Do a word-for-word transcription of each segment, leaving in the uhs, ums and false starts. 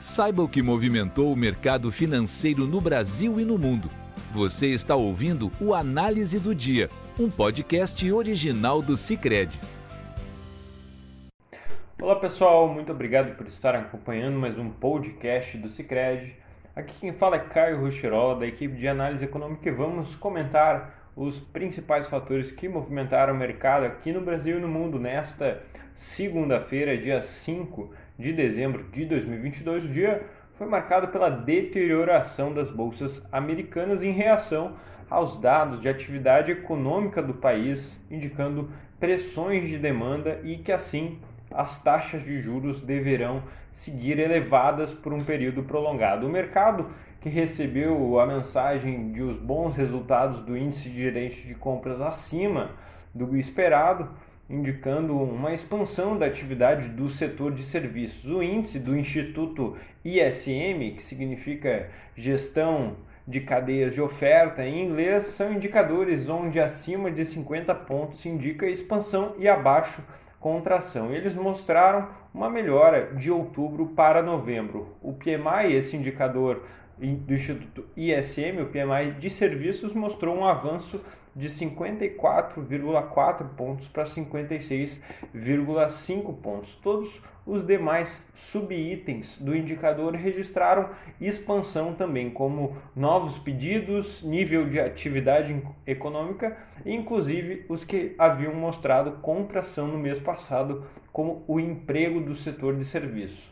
Saiba o que movimentou o mercado financeiro no Brasil e no mundo. Você está ouvindo o Análise do Dia, um podcast original do Sicredi. Olá pessoal, muito obrigado por estar acompanhando mais um podcast do Sicredi. Aqui quem fala é Caio Rocherola, da equipe de análise econômica, e vamos comentar os principais fatores que movimentaram o mercado aqui no Brasil e no mundo nesta segunda-feira, dia cinco de dezembro de dois mil e vinte e dois. O dia foi marcado pela deterioração das bolsas americanas em reação aos dados de atividade econômica do país, indicando pressões de demanda e que assim as taxas de juros deverão seguir elevadas por um período prolongado. O mercado, que recebeu a mensagem de os bons resultados do índice de gerente de compras acima do esperado, indicando uma expansão da atividade do setor de serviços. O índice do Instituto I S M, que significa Gestão de Cadeias de Oferta em inglês, são indicadores onde acima de cinquenta pontos indica expansão e abaixo contração. Eles mostraram uma melhora de outubro para novembro. O P M I, esse indicador do Instituto I S M, o P M I de serviços, mostrou um avanço de cinquenta e quatro vírgula quatro pontos para cinquenta e seis vírgula cinco pontos. Todos os demais subitens do indicador registraram expansão também, como novos pedidos, nível de atividade econômica, e inclusive os que haviam mostrado contração no mês passado, como o emprego do setor de serviços.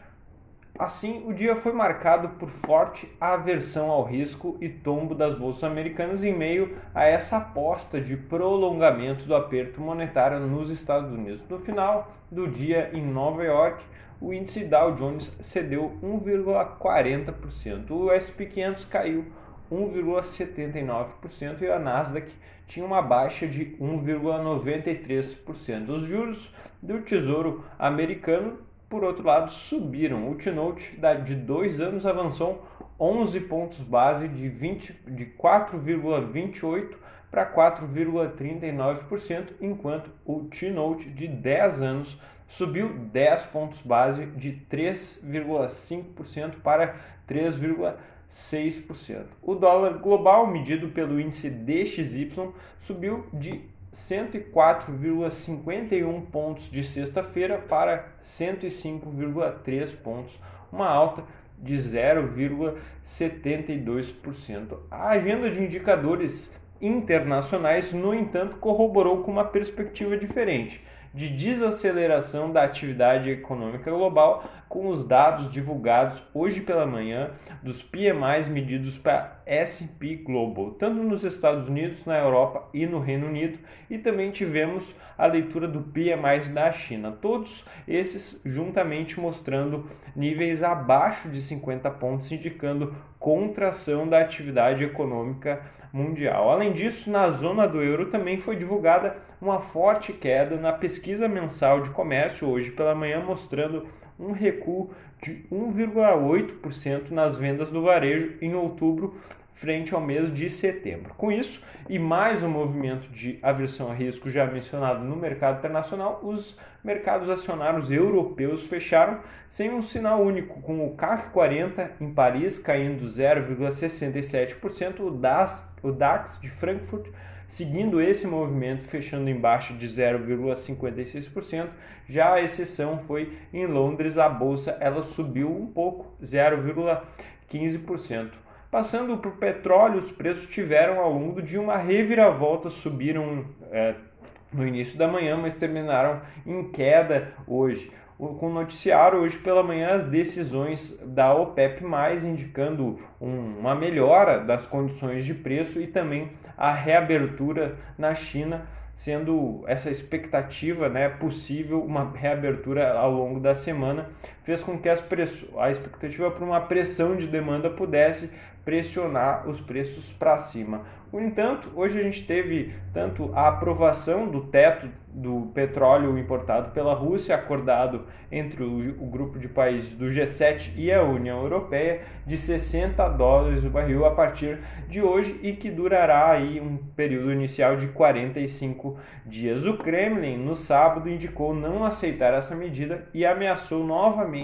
Assim, o dia foi marcado por forte aversão ao risco e tombo das bolsas americanas em meio a essa aposta de prolongamento do aperto monetário nos Estados Unidos. No final do dia, em Nova York, o índice Dow Jones cedeu um vírgula quarenta por cento, o S and P quinhentos caiu um vírgula setenta e nove por cento e a Nasdaq tinha uma baixa de um vírgula noventa e três por cento. Os juros do Tesouro americano, por outro lado, subiram. O T-Note de dois anos avançou onze pontos base de, de quatro vírgula vinte e oito por cento para quatro vírgula trinta e nove por cento, enquanto o T-Note de dez anos subiu dez pontos base de três vírgula cinco por cento para três vírgula seis por cento. O dólar global, medido pelo índice D X Y, subiu de cento e quatro vírgula cinquenta e um pontos de sexta-feira para cento e cinco vírgula três pontos, uma alta de zero vírgula setenta e dois por cento. A agenda de indicadores internacionais, no entanto, corroborou com uma perspectiva diferente, de desaceleração da atividade econômica global, com os dados divulgados hoje pela manhã dos P M Is medidos para S and P Global, tanto nos Estados Unidos, na Europa e no Reino Unido, e também tivemos a leitura do P M I da China, todos esses juntamente mostrando níveis abaixo de cinquenta pontos, indicando contração da atividade econômica mundial. Além disso, na zona do euro também foi divulgada uma forte queda na pesquisa mensal de comércio hoje pela manhã, mostrando um recuo de um vírgula oito por cento nas vendas do varejo em outubro frente ao mês de setembro. Com isso, e mais um movimento de aversão a risco já mencionado no mercado internacional, os mercados acionários europeus fecharam sem um sinal único, com o C A C quarenta em Paris caindo zero vírgula sessenta e sete por cento, o DAX, o DAX de Frankfurt seguindo esse movimento, fechando em baixa de zero vírgula cinquenta e seis por cento. Já a exceção foi em Londres, a bolsa ela subiu um pouco, zero vírgula quinze por cento. Passando para o petróleo, os preços tiveram ao longo do dia uma reviravolta, subiram é, no início da manhã, mas terminaram em queda hoje. Com o noticiário hoje pela manhã, as decisões da OPEP+, indicando um, uma melhora das condições de preço e também a reabertura na China, sendo essa expectativa, né, possível uma reabertura ao longo da semana, fez com que as preço, a expectativa para uma pressão de demanda pudesse pressionar os preços para cima. No entanto, hoje a gente teve tanto a aprovação do teto do petróleo importado pela Rússia, acordado entre o, o grupo de países do G sete e a União Europeia, de sessenta dólares o barril a partir de hoje e que durará aí um período inicial de quarenta e cinco dias. O Kremlin, no sábado, indicou não aceitar essa medida e ameaçou novamente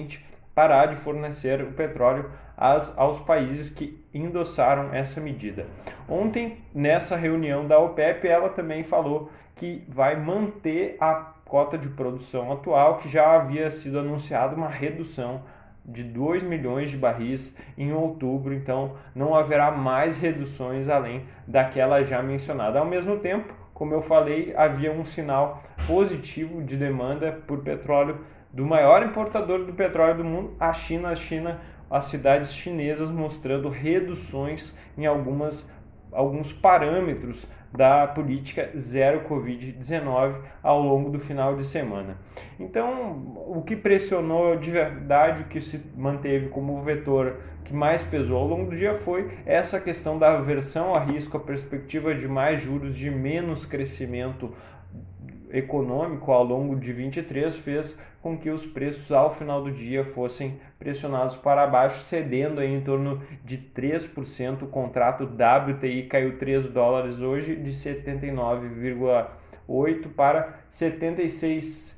parar de fornecer o petróleo as, aos países que endossaram essa medida. Ontem, nessa reunião da OPEP, ela também falou que vai manter a cota de produção atual, que já havia sido anunciada uma redução de dois milhões de barris em outubro, então não haverá mais reduções além daquela já mencionada. Ao mesmo tempo, como eu falei, havia um sinal positivo de demanda por petróleo do maior importador do petróleo do mundo, a China. A China, as cidades chinesas mostrando reduções em algumas, alguns parâmetros da política zero covid dezenove ao longo do final de semana. Então, o que pressionou de verdade, o que se manteve como vetor que mais pesou ao longo do dia foi essa questão da aversão a risco, a perspectiva de mais juros, de menos crescimento econômico ao longo de vinte e três, fez com que os preços ao final do dia fossem pressionados para baixo, cedendo aí em torno de três por cento. O contrato W T I caiu três dólares hoje, de setenta e nove vírgula oito para setenta e seis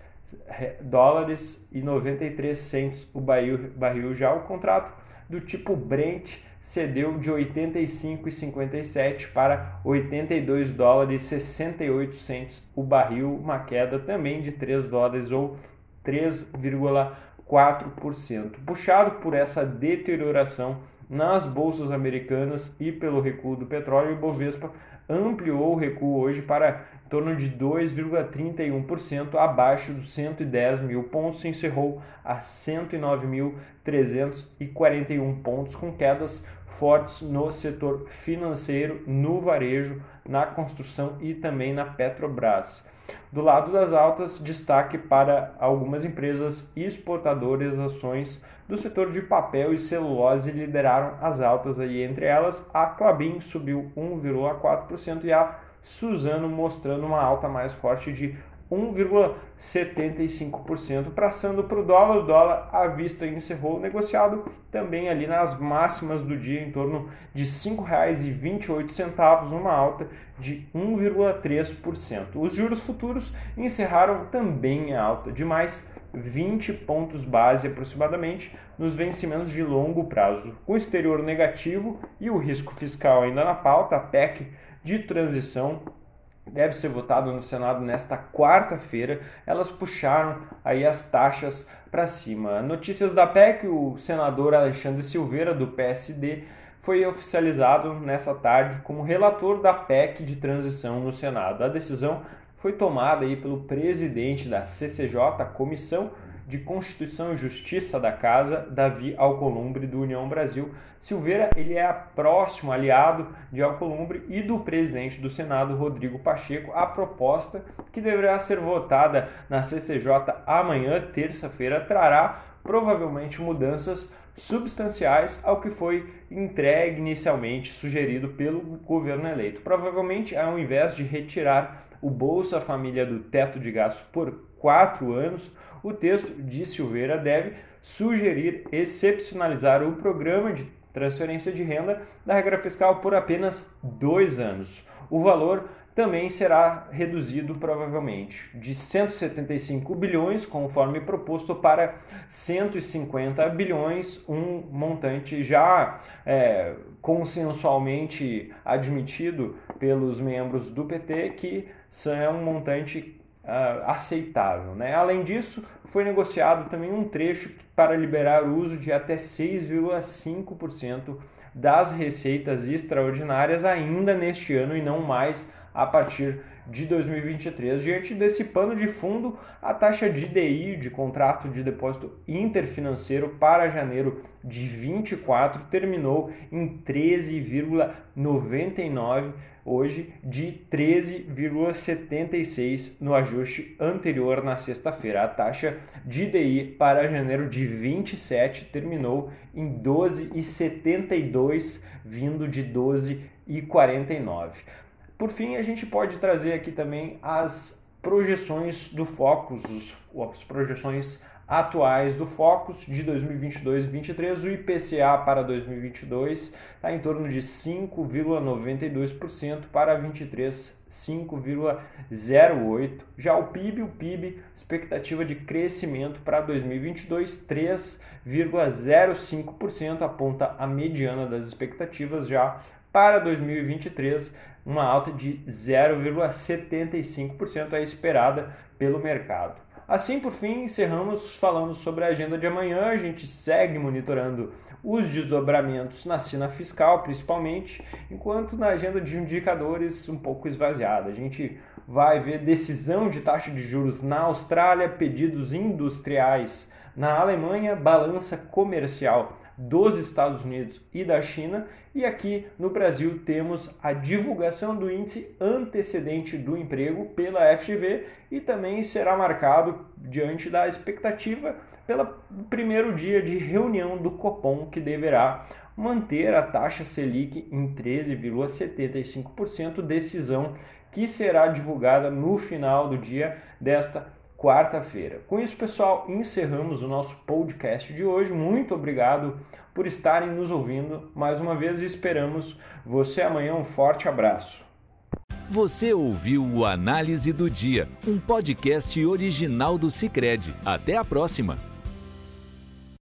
dólares e noventa e três centavos o barril, barril. Já o contrato do tipo Brent cedeu de oitenta e cinco vírgula cinquenta e sete para oitenta e dois dólares e sessenta e oito centavos o barril, uma queda também de três dólares ou três vírgula quatro por cento. Puxado por essa deterioração nas bolsas americanas e pelo recuo do petróleo, o Ibovespa ampliou o recuo hoje para em torno de dois vírgula trinta e um por cento, abaixo dos cento e dez mil pontos, e encerrou a cento e nove mil trezentos e quarenta e um pontos, com quedas fortes no setor financeiro, no varejo, na construção e também na Petrobras. Do lado das altas, destaque para algumas empresas exportadoras. Ações do setor de papel e celulose lideraram as altas, aí, entre elas a Klabin subiu um vírgula quatro por cento e a Suzano mostrando uma alta mais forte de um vírgula setenta e cinco por cento. Passando para o dólar, o dólar à vista encerrou negociado também ali nas máximas do dia, em torno de cinco reais e vinte e oito centavos, uma alta de um vírgula três por cento. Os juros futuros encerraram também em alta de mais vinte pontos base aproximadamente nos vencimentos de longo prazo. Com o exterior negativo e o risco fiscal ainda na pauta, a P E C de transição deve ser votado no Senado nesta quarta-feira. Elas puxaram aí as taxas para cima. Notícias da P E C: o senador Alexandre Silveira, do P S D, foi oficializado nessa tarde como relator da P E C de transição no Senado. A decisão foi tomada aí pelo presidente da C C J, a Comissão de Constituição e Justiça da Casa, Davi Alcolumbre, do União Brasil. Silveira, ele é próximo aliado de Alcolumbre e do presidente do Senado, Rodrigo Pacheco. A proposta, que deverá ser votada na C C J amanhã, terça-feira, trará provavelmente mudanças substanciais ao que foi entregue inicialmente, sugerido pelo governo eleito. Provavelmente, ao invés de retirar o Bolsa Família do teto de gasto por quatro anos, o texto de Silveira deve sugerir excepcionalizar o programa de transferência de renda da regra fiscal por apenas dois anos. O valor também será reduzido provavelmente de cento e setenta e cinco bilhões, conforme proposto, para cento e cinquenta bilhões, um montante já é, consensualmente admitido pelos membros do P T, que é um montante Uh, aceitável, né? Além disso, foi negociado também um trecho para liberar o uso de até seis vírgula cinco por cento das receitas extraordinárias ainda neste ano e não mais a partir de dois mil e vinte e três. Diante desse pano de fundo, a taxa de D I, de contrato de depósito interfinanceiro, para janeiro de vinte e quatro terminou em treze vírgula noventa e nove, hoje de treze vírgula setenta e seis no ajuste anterior na sexta-feira. A taxa de D I para janeiro de vinte e sete terminou em doze vírgula setenta e dois, vindo de doze vírgula quarenta e nove. Por fim, a gente pode trazer aqui também as projeções do Focus, as projeções atuais do Focus de dois mil e vinte e dois e vinte e três, o I P C A para dois mil e vinte e dois está em torno de cinco vírgula noventa e dois por cento, para vinte e três, cinco vírgula zero oito por cento. Já o P I B, o P I B, expectativa de crescimento para dois mil e vinte e dois, três vírgula zero cinco por cento, aponta a mediana das expectativas. Já para dois mil e vinte e três, uma alta de zero vírgula setenta e cinco por cento é esperada pelo mercado. Assim, por fim, encerramos falando sobre a agenda de amanhã. A gente segue monitorando os desdobramentos na cena fiscal, principalmente, enquanto na agenda de indicadores um pouco esvaziada. A gente vai ver decisão de taxa de juros na Austrália, pedidos industriais na Alemanha, balança comercial dos Estados Unidos e da China, e aqui no Brasil temos a divulgação do índice antecedente do emprego pela F G V, e também será marcado diante da expectativa pelo primeiro dia de reunião do Copom, que deverá manter a taxa Selic em treze vírgula setenta e cinco por cento, decisão que será divulgada no final do dia desta quarta-feira. Com isso, pessoal, encerramos o nosso podcast de hoje. Muito obrigado por estarem nos ouvindo mais uma vez e esperamos você amanhã. Um forte abraço. Você ouviu o Análise do Dia, um podcast original do Sicredi. Até a próxima!